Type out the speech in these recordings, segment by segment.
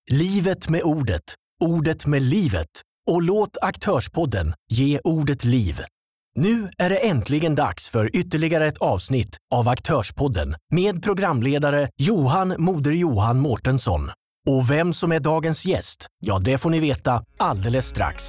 Livet med ordet, ordet med livet. Och låt Aktörspodden ge ordet liv. Nu är det äntligen dags för ytterligare ett avsnitt av Aktörspodden med programledare Johan Mårtensson. Och vem som är dagens gäst, ja det får ni veta alldeles strax.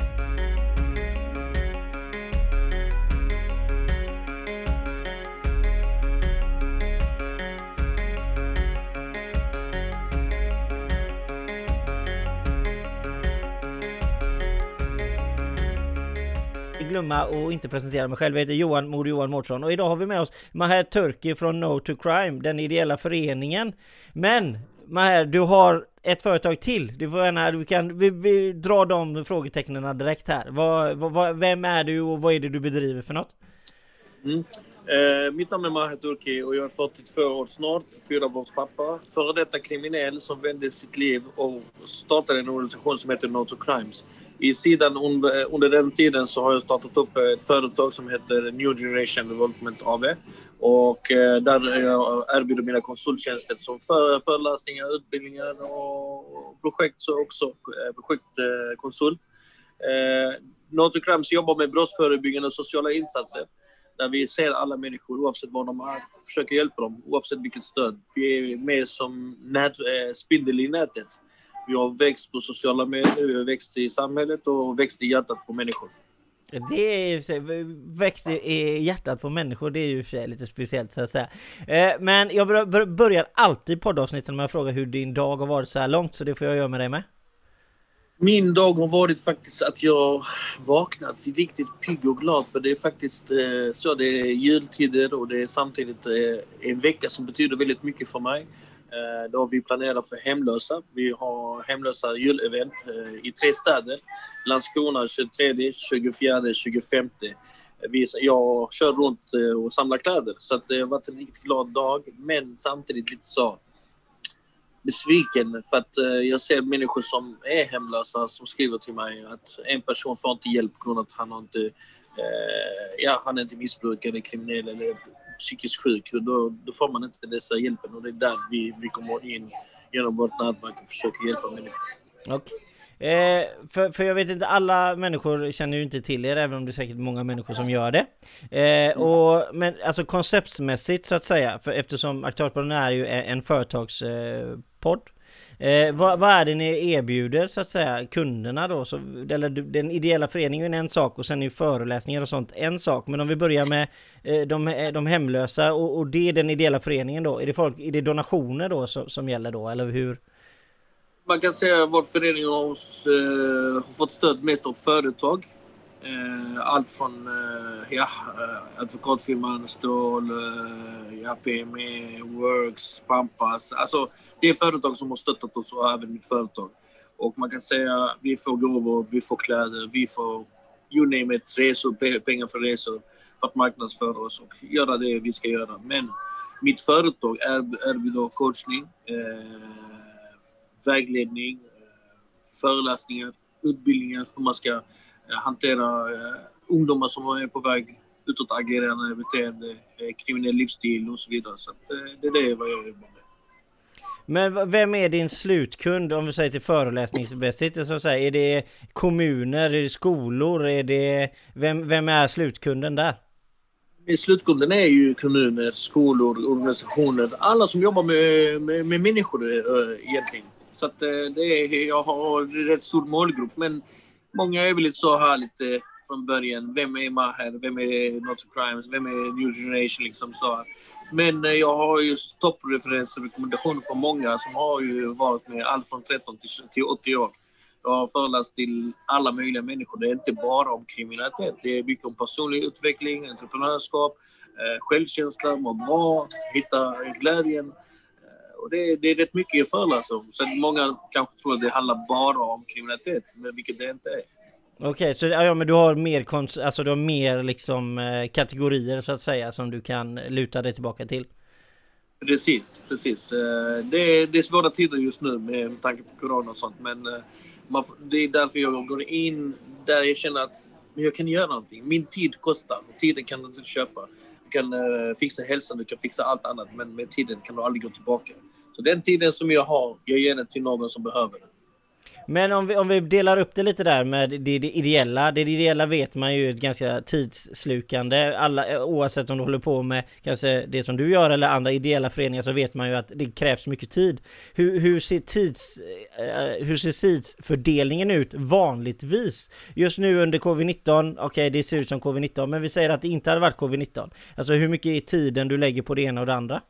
Glömma och inte presentera mig själv. Jag heter Johan Mårtensson och idag har vi med oss Maher Turki från No to Crime, den ideella föreningen. Men Maher, du har ett företag till. Du får gärna, vi drar de frågetecknen direkt här. Vem är du och vad är det du bedriver för något? Mitt namn är Maher Turki och jag är 42 år snart, 4-barnspappa, före detta kriminell som vände sitt liv och startade en organisation som heter No to Crimes. Under den tiden så har jag startat upp ett företag som heter New Generation Development AB. Och där jag erbjuder mina konsulttjänster som föreläsningar, utbildningar och projekt, så också projektkonsult. No to Crimes jobbar med brottsförebyggande och sociala insatser. Där vi ser alla människor oavsett vad de är, försöker hjälpa dem oavsett vilket stöd. Vi är med som spindel i nätet. Vi har växt på sociala medier, vi har växt i samhället och växt i hjärtat på människor. Det är växt i hjärtat på människor, det är ju lite speciellt så att säga. Men jag börjar alltid poddavsnitten med att fråga hur din dag har varit så här långt, så det får jag göra med dig med. Min dag har varit faktiskt att jag vaknat riktigt pigg och glad, för det är faktiskt så det är jultider och det är samtidigt en vecka som betyder väldigt mycket för mig. Då har vi planerat för hemlösa. Vi har hemlösa julevent i 3 städer. Landskrona 23, 24, 25. Jag kör runt och samlar kläder. Så att det har varit en riktigt glad dag. Men samtidigt lite så besviken. För att jag ser människor som är hemlösa som skriver till mig att en person får inte hjälp på grund av att han är inte missbrukare, kriminell eller psykiskt sjuk. Då får man inte dessa hjälpen, och det är där vi kommer in genom vårt nätverk och försöker hjälpa människor. Okej. För jag vet inte, alla människor känner ju inte till er, även om det är säkert många människor som gör det. Men alltså konceptmässigt så att säga, för eftersom Aktörspodden är ju en företagspodd. Vad är det ni erbjuder så att säga kunderna då? Eller den ideella föreningen är en sak, och sen är ju föreläsningar och sånt en sak. Men om vi börjar med de hemlösa och det är den ideella föreningen då. Är det donationer då som gäller då, eller hur? Man kan säga att vår förening har fått stöd mest av företag. Allt från advokatfirman Stål, PME, Works, Pampas. Alltså det är företag som har stöttat oss, och även mitt företag. Och man kan säga att vi får gåvor, vi får kläder, vi får you name it, resor, pengar för resor, för att marknadsföra oss och göra det vi ska göra. Men mitt företag erbjuder coachning, vägledning, föreläsningar, utbildningar, hur man ska hantera ungdomar som är på väg utåtagerande beteende, kriminell livsstil och så vidare. Så det är vad jag jobbar med. Men vem är din slutkund, om vi säger till föreläsningsmässigt så att säga? Är det kommuner, är det skolor, vem är slutkunden där? Slutkunden är ju kommuner, skolor, organisationer, alla som jobbar med människor egentligen. Så att jag har en rätt stor målgrupp, men många är väl lite så här lite från början. Vem är Maher? Vem är No to Crimes? Vem är New Generation? Liksom så här. Men jag har just toppreferenser och rekommendationer från många som har ju varit med allt från 13 till 80 år. Jag har föreläst till alla möjliga människor. Det är inte bara om kriminalitet. Det är mycket om personlig utveckling, entreprenörskap, självkänsla, må bra, hitta glädjen. Och det är rätt mycket jag föreläser om. Så många kanske tror att det handlar bara om kriminalitet, men vilket det inte är. Okej, så men du har mer liksom kategorier så att säga som du kan luta dig tillbaka till. Precis. Det är svåra tider just nu med tanke på corona och sånt, men det är därför jag går in där jag känner att jag kan göra någonting. Min tid kostar, och tiden kan du inte köpa. Du kan fixa hälsan, du kan fixa allt annat, men med tiden kan du aldrig gå tillbaka. Så Så den tiden som jag har, jag ger den till någon som behöver den. Men om vi delar upp det lite där med det ideella. Det ideella vet man ju är ganska tidsslukande. Alla, oavsett om du håller på med kanske det som du gör eller andra ideella föreningar, så vet man ju att det krävs mycket tid. Hur ser tidsfördelningen ut vanligtvis? Just nu under covid-19, okej, det ser ut som covid-19, men vi säger att det inte hade varit covid-19. Alltså hur mycket är tiden du lägger på det ena och det andra?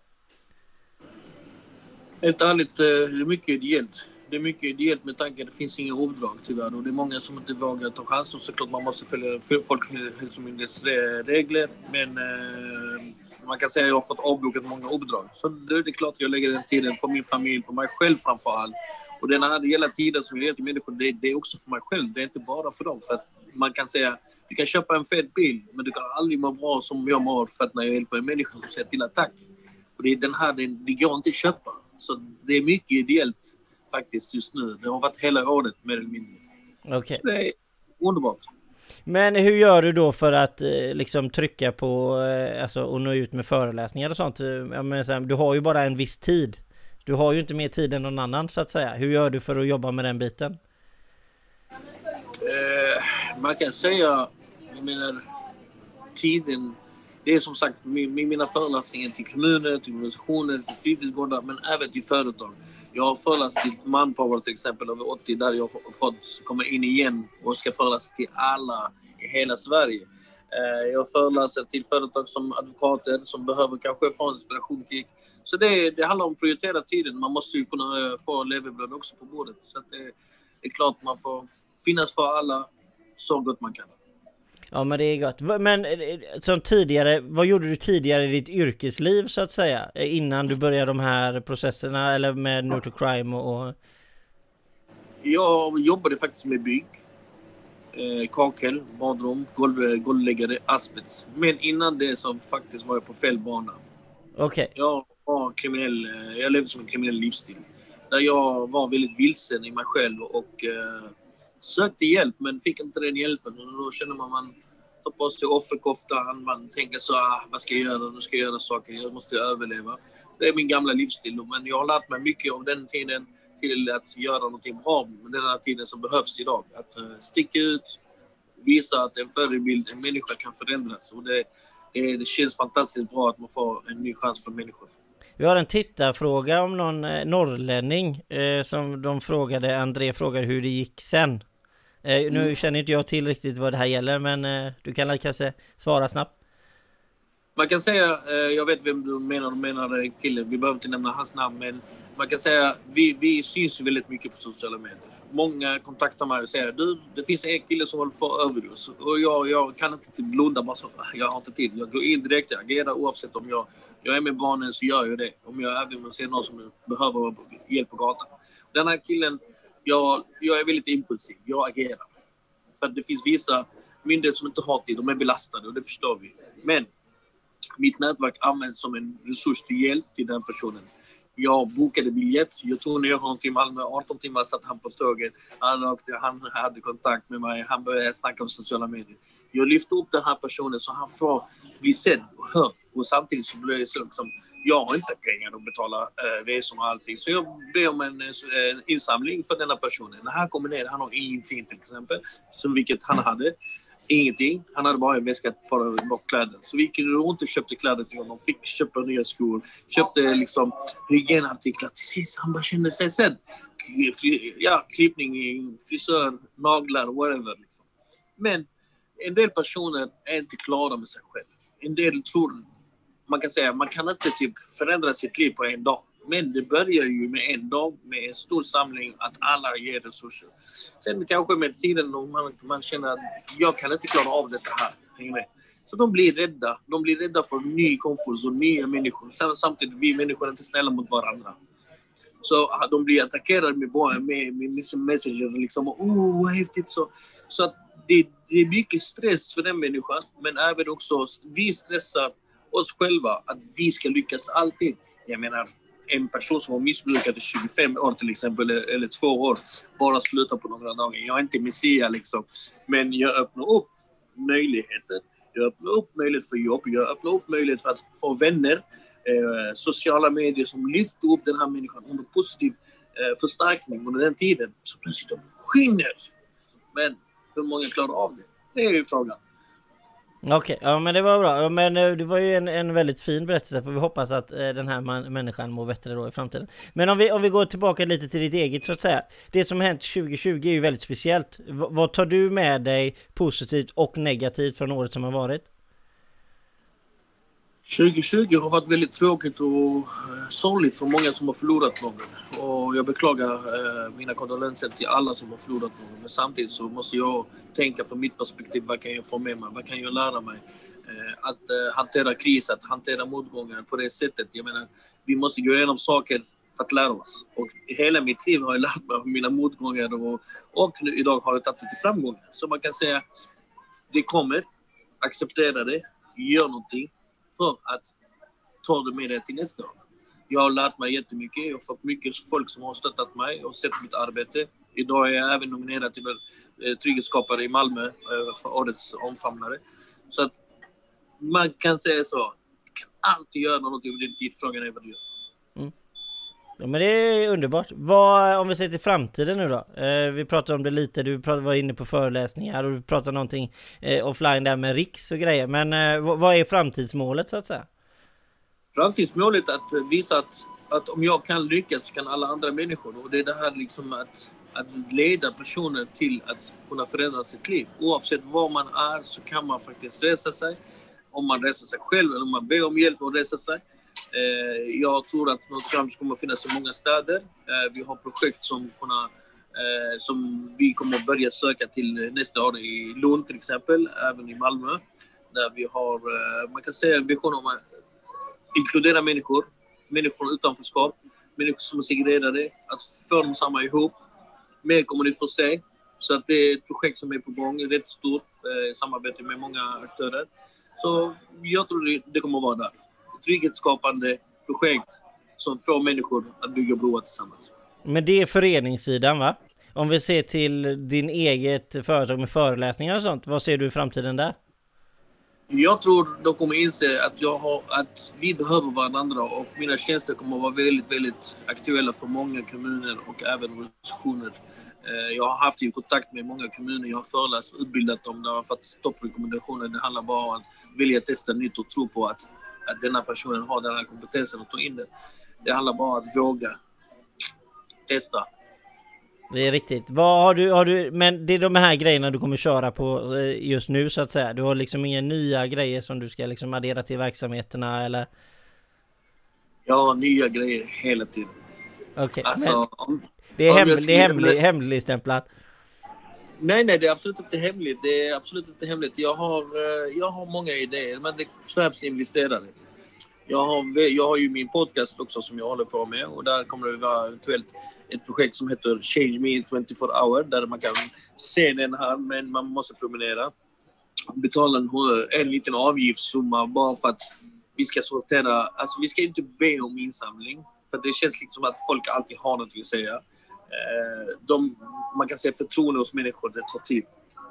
Helt ärligt, det är mycket ideellt. Det är mycket ideellt med tanke att det finns inga uppdrag tyvärr. Och det är många som inte vågar ta chansen. Såklart man måste följa Folkhälsomyndighetens regler. Men man kan säga att jag har fått avbokat många uppdrag. Så det är klart att jag lägger den tiden på min familj, på mig själv framför allt. Och den här hela tiden som jag ger till människor, det är också för mig själv. Det är inte bara för dem. För att man kan säga, du kan köpa en fet bil, men du kan aldrig må bra som jag mår för att när jag hjälper en människa som säger till attack. Och det är den här, det går inte att köpa. Så det är mycket ideellt faktiskt just nu. Det har varit hela året mer eller mindre. Okay. Det är underbart. Men hur gör du då för att liksom trycka på alltså, och nå ut med föreläsningar och sånt? Ja, men, så här, du har ju bara en viss tid. Du har ju inte mer tid än någon annan så att säga. Hur gör du för att jobba med den biten? Man kan säga, jag menar, tiden. Det är som sagt mina föreläsningar till kommuner, till organisationer, till fritidsgårdar, men även till företag. Jag har föreläst till Manpower till exempel över 80, där jag har fått komma in igen och ska föreläsa till alla i hela Sverige. Jag föreläser till företag som advokater som behöver kanske få inspiration till. Så det handlar om att prioritera tiden. Man måste ju kunna få levebröd också på bordet. Så att det är klart man får finnas för alla så gott man kan. Ja, men det är gott. Men som tidigare, vad gjorde du tidigare i ditt yrkesliv så att säga? Innan du började de här processerna eller med Neutral Crime och... Jag jobbade faktiskt med bygg. Kakel, badrum, golvläggare, asbest. Men innan det så faktiskt var jag på fel bana. Okej. Jag var kriminell, jag levde som en kriminell livsstil. Där jag var väldigt vilsen i mig själv och sökte hjälp men fick inte den hjälpen. Och då känner man tar på sig offerkoftan, man tänker så, vad ska jag göra? Nu ska jag göra saker, jag måste överleva. Det är min gamla livsstil, men jag har lärt mig mycket av den tiden till att göra någonting bra med den här tiden som behövs idag. Att sticka ut, visa att en förebild, en människa kan förändras. Och det känns fantastiskt bra att man får en ny chans för människor. Vi har en tittarfråga om någon norrlänning som André frågade hur det gick sen. Nu känner inte jag till riktigt vad det här gäller, men du kan kanske svara snabbt. Man kan säga, jag vet vem du menar killen, vi behöver inte nämna hans namn, men man kan säga vi syns väldigt mycket på sociala medier. Många kontaktar mig och säger, det finns en kille som håller för överdos. Och jag kan inte blunda bara så, jag har inte tid. Jag går in direkt, jag agerar oavsett om jag är med barnen så gör jag det. Om jag även ser någon som behöver hjälp på gatan. Den här killen, jag är väldigt impulsiv, jag agerar. För att det finns vissa myndigheter som inte har tid, de är belastade och det förstår vi. Men mitt nätverk används som en resurs till hjälp till den personen. Jag bokade biljett, jag tog ner honom till Malmö, 18 timmar satt han på tåget. Han hade kontakt med mig, han började snacka om sociala medier. Jag lyfte upp den här personen så han får bli sedd och hörd. Och samtidigt så blir det så liksom, jag har inte pengar att betala resor och allting. Så jag ber om en insamling för denna personen. När han kommer ner, han har ingenting till exempel, som vilket han hade. Ingenting. Han hade bara en väska på kläder. Så vi gick runt och köpte kläder till honom. Fick köpa nya skor. Köpte liksom hygienartiklar. Till sist han bara kände sig sedd. Klippning, frisör, naglar, whatever. Liksom. Men en del personer är inte klara med sig själv. En del tror, man kan säga, man kan inte typ förändra sitt liv på en dag. Men det börjar ju med en dag, med en stor samling, att alla ger resurser. Sen kanske med tiden man känner att jag kan inte klara av detta här. Så de blir rädda. De blir rädda för ny komfort och nya människor. Samtidigt vi människor är inte snälla mot varandra. Så de blir attackerade med sin messenger. Liksom, vad häftigt. Så att det är mycket stress för den människan. Men även också, vi stressar oss själva att vi ska lyckas alltid. Jag menar, en person som har missbrukat i 25 år till exempel, eller 2 år, bara slutar på några dagar. Jag är inte Messias liksom. Men jag öppnar upp möjligheter. Jag öppnar upp möjlighet för jobb. Jag öppnar upp möjlighet för att få vänner. sociala medier som lyfter upp den här människan under positiv förstärkning under den tiden. Så plötsligt de skiner. Men hur många klarar av det? Det är ju frågan. Okej, ja men det var bra. Men det var ju en väldigt fin berättelse, för vi hoppas att den här människan mår bättre då i framtiden. Men om vi går tillbaka lite till ditt eget så att säga. Det som har hänt 2020 är ju väldigt speciellt. Vad tar du med dig positivt och negativt från året som har varit? 2020 har varit väldigt tråkigt och sorgligt för många som har förlorat någon. Och jag beklagar mina kondolenser till alla som har förlorat någon. Men samtidigt så måste jag tänka från mitt perspektiv, vad kan jag få med mig? Vad kan jag lära mig? Att hantera kris, att hantera motgångar på det sättet. Jag menar, vi måste gå igenom saker för att lära oss. Och hela mitt liv har jag lärt mig av mina motgångar och idag har jag tagit det till framgångar. Så man kan säga, det kommer, acceptera det, gör någonting för att ta det med det till nästa år. Jag har lärt mig jättemycket. Jag har fått mycket folk som har stöttat mig och sett mitt arbete. Idag är jag även nominerad till trygghetsskapare i Malmö för årets omfamnare. Så att man kan säga så. Du kan alltid göra något under din tid. Frågan är vad du gör. Ja, men det är underbart. Om vi ser till framtiden nu då. Vi pratade om det lite. Du var inne på föreläsningar och du pratade någonting offline där med Riks och grejer. Men vad är framtidsmålet så att säga? Framtidsmålet är att visa att om jag kan lyckas så kan alla andra människor. Och det är det här liksom att leda personer till att kunna förändra sitt liv. Oavsett var man är så kan man faktiskt resa sig. Om man reser sig själv eller om man ber om hjälp att resa sig. Jag tror att något kommer att finnas i många städer. Vi har projekt som vi kommer att börja söka till nästa år i Lund till exempel, även i Malmö. Där vi har, man kan säga, vision om att inkludera människor från utanförskap, människor som är segregerade, att få dem samma ihop. Mer kommer ni få se. Så att det är ett projekt som är på gång, rätt stort, samarbete med många aktörer. Så jag tror det kommer att vara där. Trygghetsskapande projekt som får människor att bygga broar tillsammans. Men det är föreningssidan va? Om vi ser till din eget företag med föreläsningar och sånt, vad ser du i framtiden där? Jag tror de kommer inse att vi behöver varandra och mina tjänster kommer att vara väldigt, väldigt aktuella för många kommuner och även organisationer. Jag har haft kontakt med många kommuner, jag har föreläst, utbildat dem, jag har fått topprekommendationer. Det handlar bara om att vilja testa nytt och tro på att denna personen har den här kompetensen att ta in det. Det handlar bara om att våga testa. Det är riktigt. Vad har du, men det är de här grejerna du kommer köra på just nu så att säga. Du har liksom inga nya grejer som du ska liksom addera till verksamheterna eller? Jag har nya grejer hela tiden. Okej. Alltså, det är hemligstämplat. Nej, det är absolut inte hemligt. Jag har många idéer, men det krävs investerare. Jag har ju min podcast också som jag håller på med och där kommer det vara eventuellt ett projekt som heter Change Me 24 Hour där man kan se den här, men man måste promenera. Betala en liten avgiftssumma bara för att vi ska sortera. Alltså vi ska inte be om insamling för det känns liksom att folk alltid har något att säga. Man kan säga förtroende hos människor, det tar tid.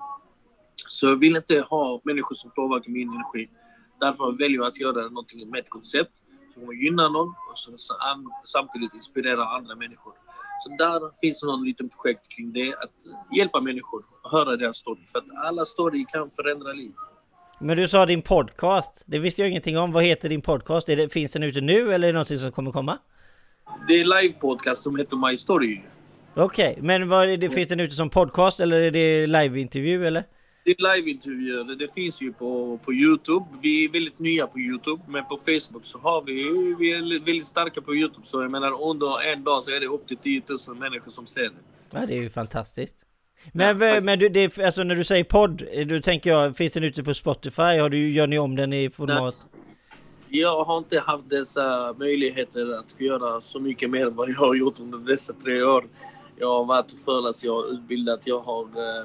Så jag vill inte ha människor som påverkar min energi. Därför väljer jag att göra någonting med ett koncept som kommer gynna någon och som samtidigt inspirera andra människor. Så där finns någon liten projekt kring det, att hjälpa människor och höra deras story. För att alla story kan förändra liv. Men du sa din podcast, det visste jag ingenting om. Vad heter din podcast? Finns den ute nu eller är det någonting som kommer komma? Det är live-podcast som heter My Story. Okej, men finns den ute som podcast eller är det live-intervju eller? Det är live-intervjuer, det finns ju på YouTube. Vi är väldigt nya på YouTube, men på Facebook så har vi är väldigt starka på YouTube. Så jag menar, under en dag så är det upp till 10 000 människor som ser det. Ja, det är ju fantastiskt. Men alltså när du säger podd, då tänker jag, finns den ute på Spotify? Gör ni om den i format? Nej, jag har inte haft dessa möjligheter att göra så mycket mer än vad jag har gjort under dessa 3 år. Jag har varit föreläst, jag har utbildat, jag har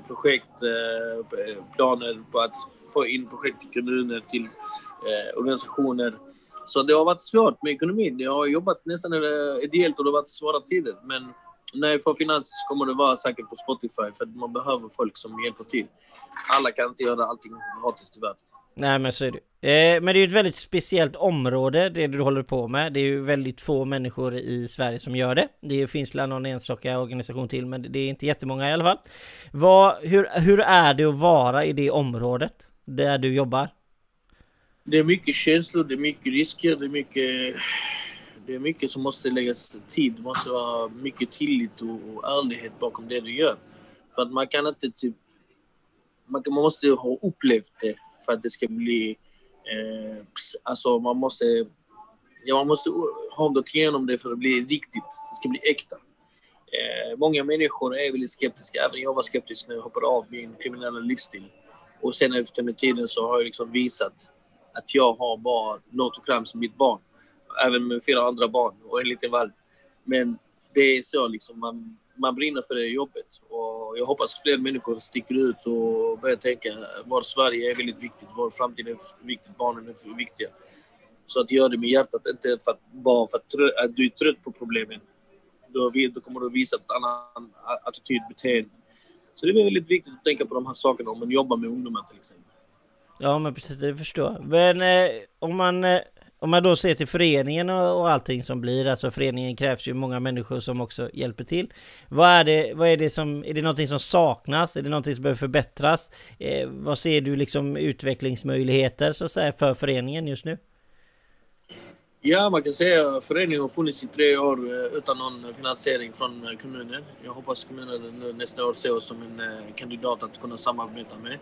planer på att få in projekt till kommuner, till organisationer. Så det har varit svårt med ekonomin. Jag har jobbat nästan ideellt och det har varit svåra tider. Men när jag får finans kommer det vara säkert på Spotify för att man behöver folk som hjälper till. Alla kan inte göra allting gratis tyvärr. Nej, men så är det. Men det är ju ett väldigt speciellt område det du håller på med. Det är ju väldigt få människor i Sverige som gör det. Det finns någon enstaka organisation till, men det är inte jättemånga i alla fall. Hur är det att vara i det området där du jobbar? Det är mycket känslor, det är mycket risker, det är mycket som måste läggas tid. Det måste vara mycket tillit och ärlighet bakom det du gör. För att man kan inte man måste ha upplevt det för att det ska bli... alltså man måste ha gått igenom det för att bli riktigt. Det ska bli äkta. Många människor är väldigt skeptiska. Även jag var skeptisk när jag hoppade av min kriminella livsstil. Och sen efter med tiden så har jag liksom visat att jag har bara Lotto Kram som mitt barn. Även med 4 andra barn och en liten valp. Men det är så liksom, man brinner för det jobbet. Och jag hoppas fler människor sticker ut och börjar tänka var Sverige är väldigt viktigt, var framtiden är viktigt, barnen är viktiga. Så att göra det med hjärtat, inte bara för att du är trött på problemen. Då kommer du visa ett annan attityd, beteende. Så det är väldigt viktigt att tänka på de här sakerna om man jobbar med ungdomar till exempel. Ja, men precis, det förstår jag. Men om man då ser till föreningen och allting som blir, alltså föreningen krävs ju många människor som också hjälper till. Är det någonting som saknas? Är det någonting som behöver förbättras? Vad ser du liksom utvecklingsmöjligheter så att säga för föreningen just nu? Ja, man kan säga att föreningen har funnits i 3 år utan någon finansiering från kommunen. Jag hoppas kommunen nästa år ser oss som en kandidat att kunna samarbeta med.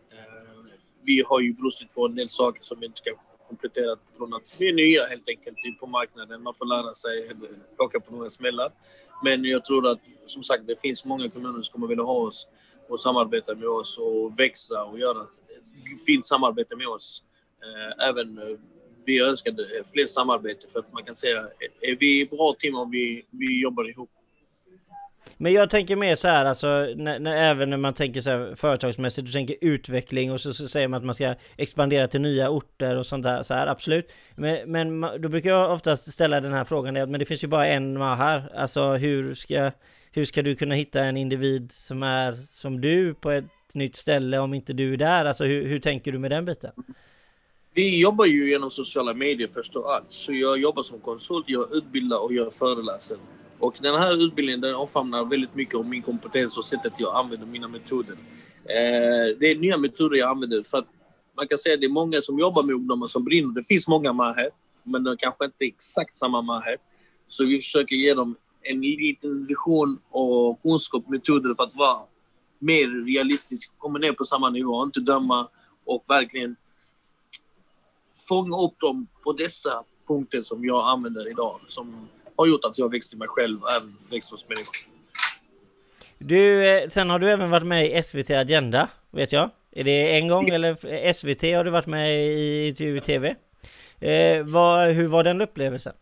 Vi har ju brustit på en del saker som vi inte kan komplettera från att vi är nya helt enkelt på marknaden. Man får lära sig åka på några smällar. Men jag tror att, som sagt, det finns många kommuner som kommer vilja ha oss och samarbeta med oss och växa och göra ett fint samarbete med oss. Även vi önskade fler samarbete för att man kan säga är vi ett bra team om vi jobbar ihop. Men jag tänker mer så här, alltså, även när man tänker så här företagsmässigt, du tänker utveckling och så säger man att man ska expandera till nya orter och sånt där, så här, absolut. Men då brukar jag oftast ställa den här frågan, men det finns ju bara en här. Alltså hur ska du kunna hitta en individ som är som du på ett nytt ställe om inte du är där? Alltså hur tänker du med den biten? Vi jobbar ju genom sociala medier först och allt. Så jag jobbar som konsult, jag utbildar och jag föreläser. Och den här utbildningen den omfamnar väldigt mycket om min kompetens och sättet jag använder mina metoder. Det är nya metoder jag använder för att man kan säga att det är många som jobbar med ungdomar som brinner. Det finns många Maher, men det är kanske inte exakt samma Maher. Så vi försöker ge dem en liten vision och kunskap och metoder för att vara mer realistisk, komma ner på samma nivå, inte döma och verkligen fånga upp dem på dessa punkter som jag använder idag, som har gjort att jag växt i mig själv och även växt hos människor. Sen har du även varit med i SVT Agenda, vet jag. Är det en gång eller SVT har du varit med i intervju i TV? Hur var den upplevelsen?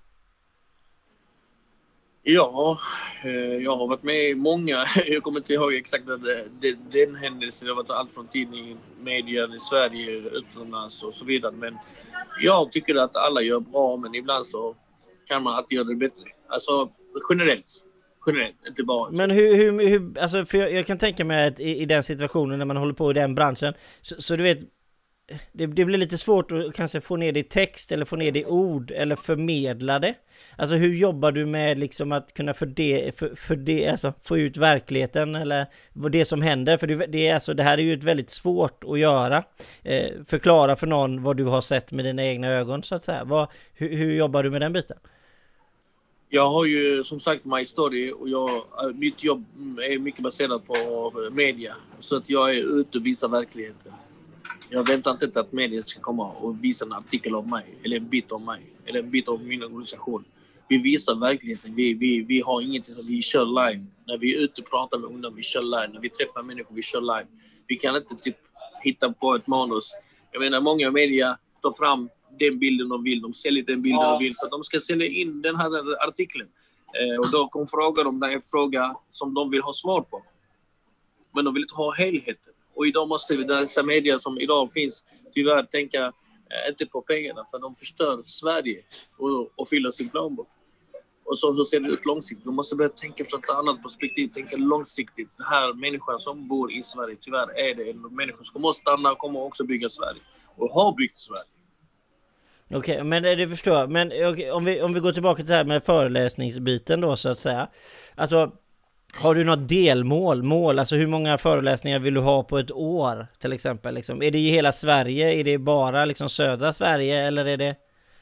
Ja, jag har varit med i många, jag kommer inte ihåg exakt den händelsen, det har varit allt från tidningen, media i Sverige, utomlands och så vidare. Men jag tycker att alla gör bra, men ibland så kan man alltid göra det bättre. Alltså generellt, inte bara. Men hur alltså för jag kan tänka mig att i den situationen när man håller på i den branschen, så du vet, det blir lite svårt att kanske få ner det i text eller få ner det i ord eller förmedla det. Alltså hur jobbar du med liksom att kunna alltså få ut verkligheten eller vad det som händer? För det här är ju ett väldigt svårt att göra. Förklara för någon vad du har sett med dina egna ögon så att säga. Hur jobbar du med den biten? Jag har ju som sagt My Story och mitt jobb är mycket baserat på media. Så att jag är ute och visar verkligheten. Jag väntar inte att media ska komma och visa en artikel om mig, eller en bit om mig, eller en bit av min organisation. Vi visar verkligheten. Vi har ingenting som vi kör live. När vi är ute och pratar med ungdomar, vi kör live. När vi träffar människor, vi kör live. Vi kan inte hitta på ett manus. Jag menar, många media tar fram den bilden de vill. De säljer den bilden de vill för att de ska sälja in den här artikeln. Och då kommer fråga dem en fråga som de vill ha svar på. Men de vill inte ha helheten. Och idag måste vi, dessa medier som idag finns, tyvärr tänka inte på pengarna för de förstör Sverige och fyller sin plånbok. Och så ser det ut långsiktigt. Vi måste börja tänka från ett annat perspektiv, tänka långsiktigt. Den här människan som bor i Sverige, tyvärr är det en människa som måste stanna och kommer också bygga Sverige. och har byggt Sverige. Okej, men det förstår jag. Men om vi går tillbaka till det här med föreläsningsbiten då, så att säga. Alltså, har du något delmål? Alltså hur många föreläsningar vill du ha på ett år till exempel? Liksom? Är det i hela Sverige? Är det bara liksom södra Sverige? Eller är det...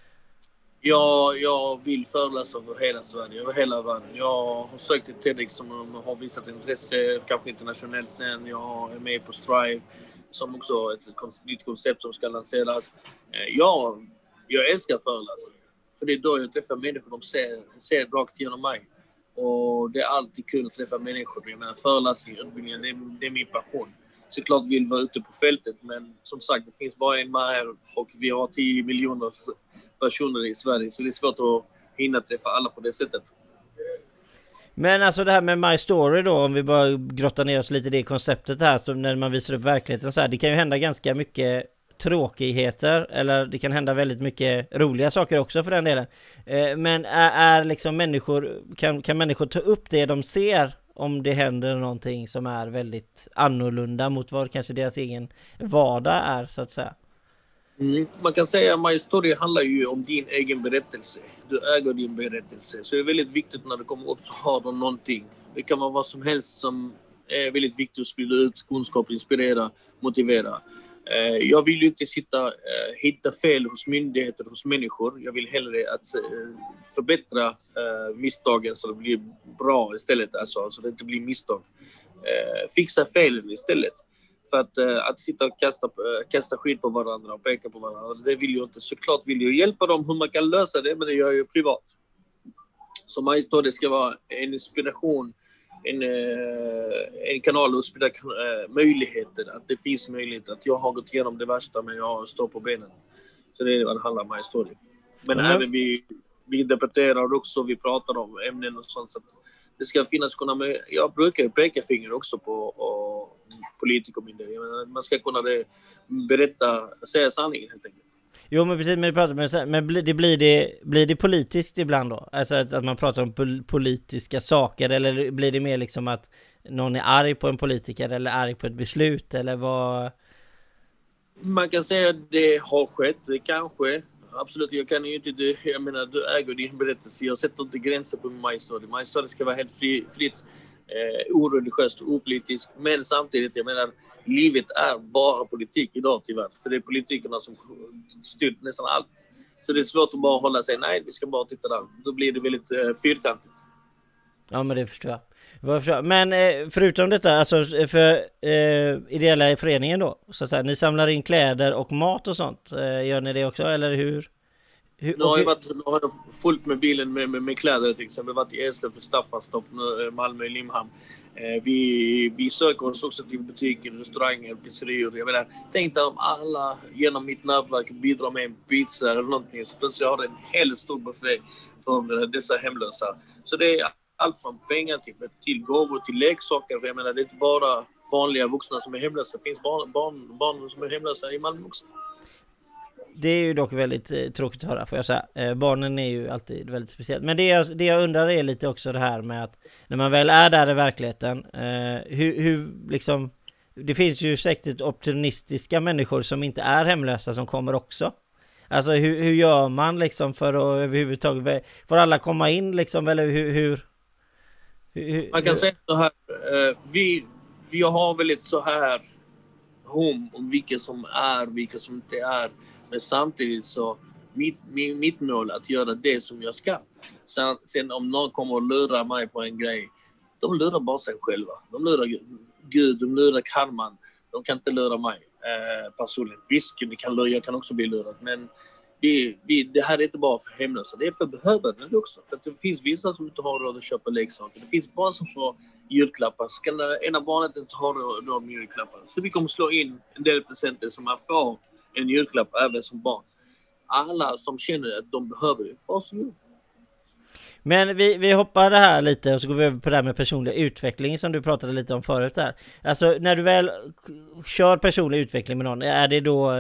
Jag vill föreläsa över hela Sverige, över hela världen. Jag har sökt till TEDx som har visat intresse, kanske internationellt sen. Jag är med på Strive, som också är ett nytt koncept som ska lanseras. Jag älskar föreläsningar. För det är då jag träffar människor, de ser rakt igenom mig. Och det är alltid kul att träffa människor. Jag menar, föreläsningar, utbildningar, det är min passion. Såklart vill vara ute på fältet, men som sagt, det finns bara en man här och vi har 10 miljoner personer i Sverige, så det är svårt att hinna träffa alla på det sättet. Men alltså det här med My Story då, om vi bara grottar ner oss lite i det konceptet här, så när man visar upp verkligheten så här, det kan ju hända ganska mycket tråkigheter, eller det kan hända väldigt mycket roliga saker också för den delen. Men är liksom människor, kan människor ta upp det de ser om det händer någonting som är väldigt annorlunda mot vad kanske deras egen vardag är, så att säga? Man kan säga att My Story handlar ju om din egen berättelse. Du äger din berättelse. Så det är väldigt viktigt när du kommer upp så har du någonting. Det kan vara vad som helst som är väldigt viktigt att sprida ut kunskap, inspirera, motivera. Jag vill ju inte hitta fel hos myndigheter, hos människor. Jag vill hellre att förbättra misstagen så det blir bra istället. Alltså, så det inte blir misstag. Fixa felen istället. För att sitta och kasta skit på varandra och peka på varandra, det vill jag inte. Såklart vill jag hjälpa dem hur man kan lösa det, men det gör jag ju privat. Så My Story ska vara en inspiration, en kanal att sprida möjligheter. Att det finns möjligheter. Att jag har gått igenom det värsta, men jag står på benen. Så det är vad det handlar om My Story. Men även vi debatterar också, vi pratar om ämnen och sånt. Så att det ska finnas jag brukar peka finger också på politikermyndigheter. Man ska kunna säga sanningen helt enkelt. Jo, men precis, men blir det politiskt ibland då? Alltså att man pratar om politiska saker, eller blir det mer liksom att någon är arg på en politiker eller arg på ett beslut, eller vad? Man kan säga att det har skett, det kanske. Absolut, jag menar, du äger din berättelse. Jag sätter inte gränser på My Story. My Story ska vara helt fritt, oreligiöst, opolitiskt. Men samtidigt, jag menar, livet är bara politik idag tyvärr. För det är politikerna som styr nästan allt. Så det är svårt att bara hålla sig, nej, vi ska bara titta där. Då blir det väldigt fyrkantigt. Ja, men det förstår jag. Men förutom detta, alltså för ideella föreningen då, så att säga, ni samlar in kläder och mat och sånt. Gör ni det också, eller hur? Nu har jag fullt med bilen med kläder till exempel. Vi har varit i Eslöv för Staffanstorp, Malmö, Limhamn. Vi söker oss också till butiker, restauranger, pizzerior. Jag menar, tänk om alla genom mitt nätverk bidrar med en pizza eller någonting. Så plötsligt har det en hel stor buffé för dessa hemlösa. Så det är allt från pengar till gåvor, till leksaker. För jag menar, det är inte bara vanliga vuxna som är hemlösa. Det finns barn som är hemlösa i Malmö också. Det är ju dock väldigt tråkigt att höra, får jag säga. Barnen är ju alltid väldigt speciellt. Men det jag undrar är lite också det här med att när man väl är där i verkligheten, hur liksom, det finns ju säkert optimistiska människor som inte är hemlösa som kommer också. Alltså hur gör man liksom för att överhuvudtaget, får alla komma in liksom, eller hur man kan säga så här, vi har väldigt så här om vilka som är, vilka som inte är. Men samtidigt så mitt mål är att göra det som jag ska. Sen om någon kommer och lurar mig på en grej, de lurar bara sig själva. De lurar Gud, de lurar karman. De kan inte lura mig personligen. Visst, jag kan också bli lurad. Men det här är inte bara för hemlösa. Det är för behövande också. För att det finns vissa som inte har råd att köpa leksaker. Det finns barn som får julklappar. Så kan ena barnet inte ha råd med julklappar. Så vi kommer slå in en del presenter som man får en julklapp även som barn. Alla som känner att de behöver det, varsågod. Men vi hoppar det här lite och så går vi över på det här med personlig utveckling som du pratade lite om förut där. Alltså när du väl kör personlig utveckling med någon, är det då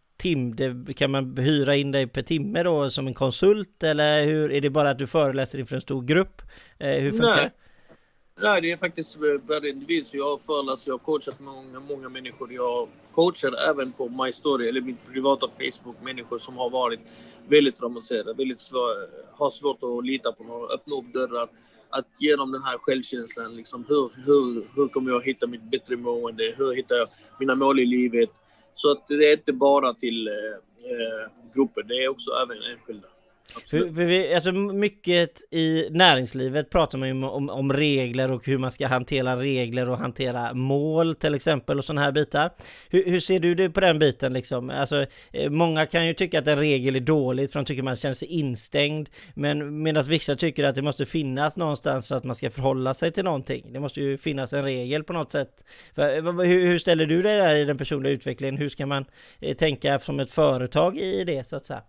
kan man hyra in dig per timme då som en konsult, eller hur är det bara att du föreläser inför en stor grupp? Hur funkar det? Nej, det är faktiskt varje individ. Så jag har föreläst, jag har coachat många människor. Jag coachar även på My Story, eller min privata Facebook, människor som har varit väldigt traumatiserade, har svårt att lita på någon, öppna upp dörrar. Att ge dem den här självkänslan, liksom, hur kommer jag hitta mitt bättre mående? Hur hittar jag mina mål i livet? Så att det är inte bara till grupper, det är också även enskilda. Alltså mycket i näringslivet pratar man ju om regler och hur man ska hantera regler och hantera mål till exempel och sådana här bitar. Hur ser du det på den biten liksom? Alltså, många kan ju tycka att en regel är dåligt för de tycker man känner sig instängd, men medan vissa tycker att det måste finnas någonstans för att man ska förhålla sig till någonting. Det måste ju finnas en regel på något sätt. Hur ställer du dig där i den personliga utvecklingen? Hur ska man tänka som ett företag i det så att säga?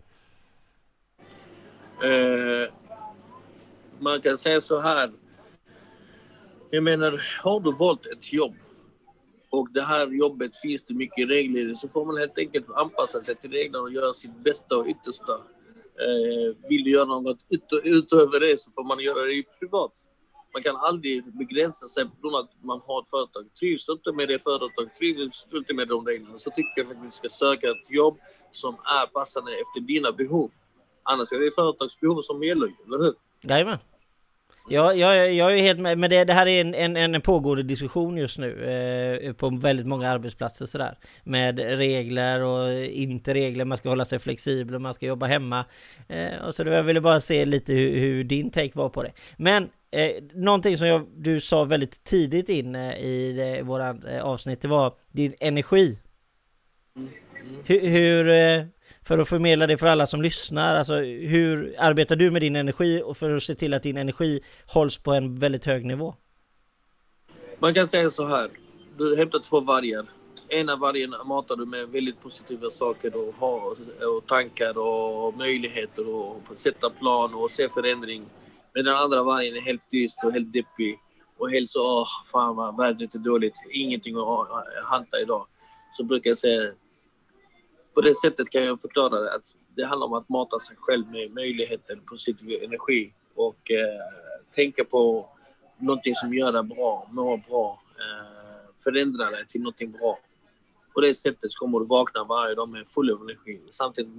Man kan säga så här. Jag menar, har du valt ett jobb och det här jobbet finns det mycket regler, så får man helt enkelt anpassa sig till reglerna och göra sitt bästa och yttersta. Vill du göra något utöver det, så får man göra det privat. Man kan aldrig begränsa sig på grund av att man har ett företag. Trivs du inte med det företag, trivs du inte med de reglerna, så tycker jag att du ska söka ett jobb som är passande efter dina behov. Annars är det företagsbehov som gäller, eller hur? Jajamän. Jag är helt med, men det här är en pågående diskussion just nu på väldigt många arbetsplatser sådär. Med regler och inte regler, man ska hålla sig flexibel och man ska jobba hemma. Och så jag ville bara se lite hur din take var på det. Men någonting som du sa väldigt tidigt in i våran avsnitt, det var din energi. Hur för att förmedla det för alla som lyssnar, alltså hur arbetar du med din energi och för att se till att din energi hålls på en väldigt hög nivå? Man kan säga så här, du hämtar 2 vargar. Ena vargen matar du med väldigt positiva saker och tankar och möjligheter och sätta plan och se förändring. Men den andra vargen är helt tyst och helt deppig och helt så, fan vad vädret är dåligt, ingenting att hanta idag. Så brukar jag säga, på det sättet kan jag förklara det, att det handlar om att mata sig själv med möjligheter, positiv energi och tänka på någonting som gör dig bra, må bra, förändra dig till någonting bra. På det sättet kommer du vakna varje dag med full energi. Samtidigt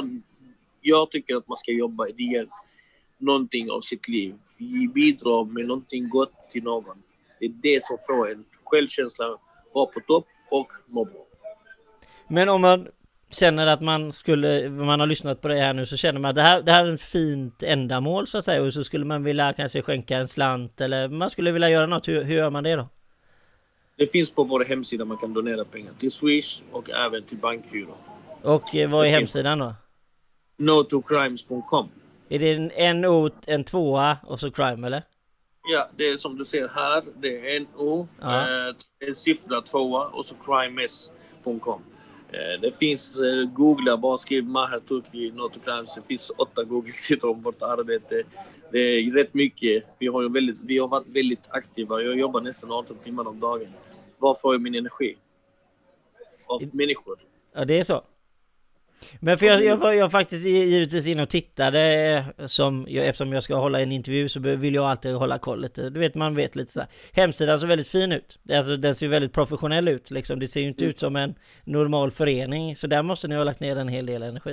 jag tycker att man ska jobba ideellt någonting av sitt liv. Bidra med någonting gott till någon. Det är det som får en självkänsla vara på topp och må bra. Men om man känner att man har lyssnat på det här nu, så känner man att det här är ett fint ändamål så att säga, och så skulle man vilja kanske skänka en slant eller man skulle vilja göra något, hur gör man det då? Det finns på vår hemsida, man kan donera pengar till Swish och även till bankgiro. Och vad är hemsidan då? NoToCrimes.com. Är det en O, en tvåa och så crime eller? Ja, det är som du ser här, det är en O, en siffra 2 och så crimes.com. Det finns, googla, bara skriv Maher Turki, NoToCrimes. Det finns 8 Google-sidor om vårt arbete. Det är rätt mycket. Vi har varit väldigt aktiva. Jag jobbar nästan 18 timmar om dagen. Var får jag min energi? Av människor. Ja, det är så. Men för jag faktiskt givetvis in och tittade eftersom jag ska hålla en intervju så vill jag alltid hålla koll lite. Du vet, man vet lite så här. Hemsidan ser väldigt fin ut. Alltså, den ser väldigt professionell ut liksom. Det ser ju inte ut som en normal förening, så där måste ni ha lagt ner en hel del energi.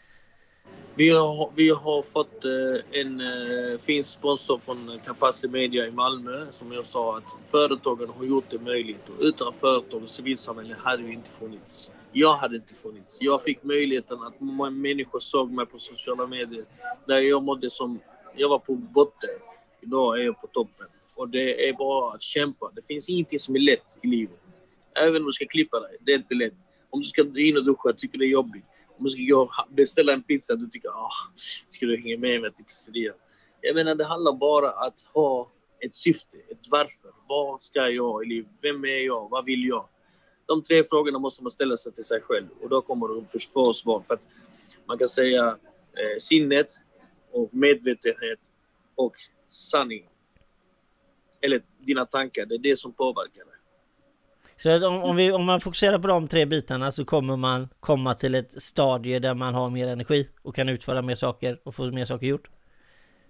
Vi har fått en fin sponsor från Capacity Media i Malmö. Som jag sa, att företagen har gjort det möjligt, och utan företag och civilsamhället hade vi inte funnits. Jag hade inte funnits. Jag fick möjligheten att många människor såg mig på sociala medier. Där jag mådde som, jag var på botten. Idag är jag på toppen. Och det är bara att kämpa. Det finns ingenting som är lätt i livet. Även om du ska klippa dig, det är inte lätt. Om du ska in och duscha, tycker det är jobbigt. Om du ska beställa en pizza, du tycker, ska du hänga med mig till pizzerian? Jag menar, det handlar bara om att ha ett syfte, ett varför. Vad ska jag i livet? Vem är jag? Vad vill jag? De 3 frågorna måste man ställa sig till sig själv. Och då kommer du att få svar. För att man kan säga sinnet och medvetenhet och sanning. Eller dina tankar, det är det som påverkar dig. Så om man fokuserar på de 3 bitarna så kommer man komma till ett stadie där man har mer energi och kan utföra mer saker och få mer saker gjort?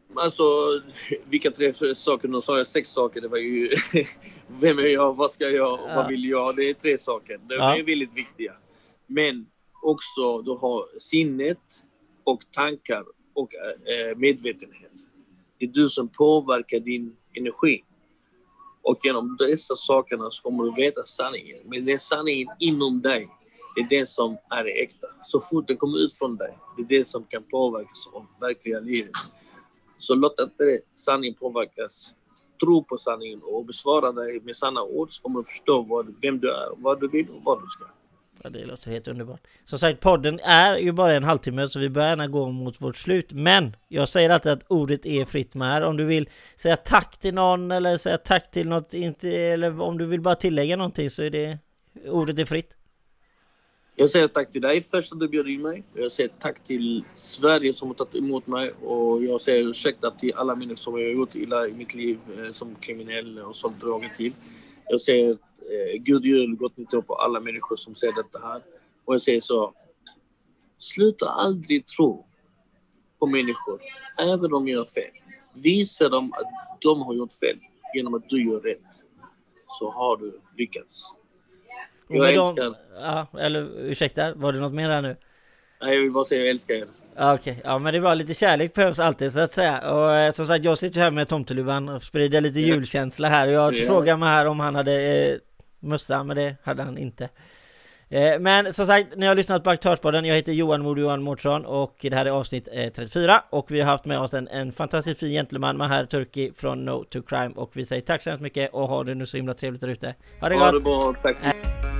Alltså, vilka 3 saker? Nu sa jag 6 saker. Det var ju vem är jag, vad ska jag, vad vill jag? Det är 3 saker. De är väldigt viktiga. Men också du har sinnet och tankar och medvetenhet. Det är du som påverkar din energi. Och genom dessa sakerna så kommer du veta sanningen. Men det är sanningen inom dig. Det är det som är äkta. Så fort det kommer ut från dig, det är det som kan påverkas av verkliga livet. Så låt inte sanningen påverkas. Tro på sanningen och besvara dig med sanna ord, så kommer du förstå vem du är, vad du vill och vad du ska. Ja, det låter helt underbart. Som sagt, podden är ju bara en halvtimme, så vi börjar gärna gå mot vårt slut. Men jag säger alltid att ordet är fritt med här. Om du vill säga tack till någon eller säga tack till något, eller om du vill bara tillägga någonting, så är det ordet är fritt. Jag säger tack till dig först att du bjöd in mig. Jag säger tack till Sverige som har tagit emot mig. Och jag säger ursäkta till alla människor som jag har gjort illa i mitt liv som kriminell och som droger till. Jag säger god jul, gott nytt år på alla människor som ser detta här. Och jag säger så, sluta aldrig tro på människor, även om de gör fel. Visa dem att de har gjort fel genom att du gör rätt. Så har du lyckats. Jag älskar... Ja, eller ursäkta, var det något mer här nu? Nej, jag vill bara säga jag älskar er. Okej, ja, men det är bra, lite kärlek behövs alltid, så att säga. Och som sagt, jag sitter här med tomteluvan och sprider lite julkänsla här. Och jag frågade mig här om han hade mössa, men det hade han inte. Men som sagt, ni har lyssnat på Aktörspodden. Jag heter Johan Mårtsson och det här är avsnitt 34. Och vi har haft med oss en fantastiskt fin gentleman, Maher Turki från No to Crime. Och vi säger tack så mycket och ha det nu så himla trevligt där ute. Ha det gott! Ha det bra, tack så mycket.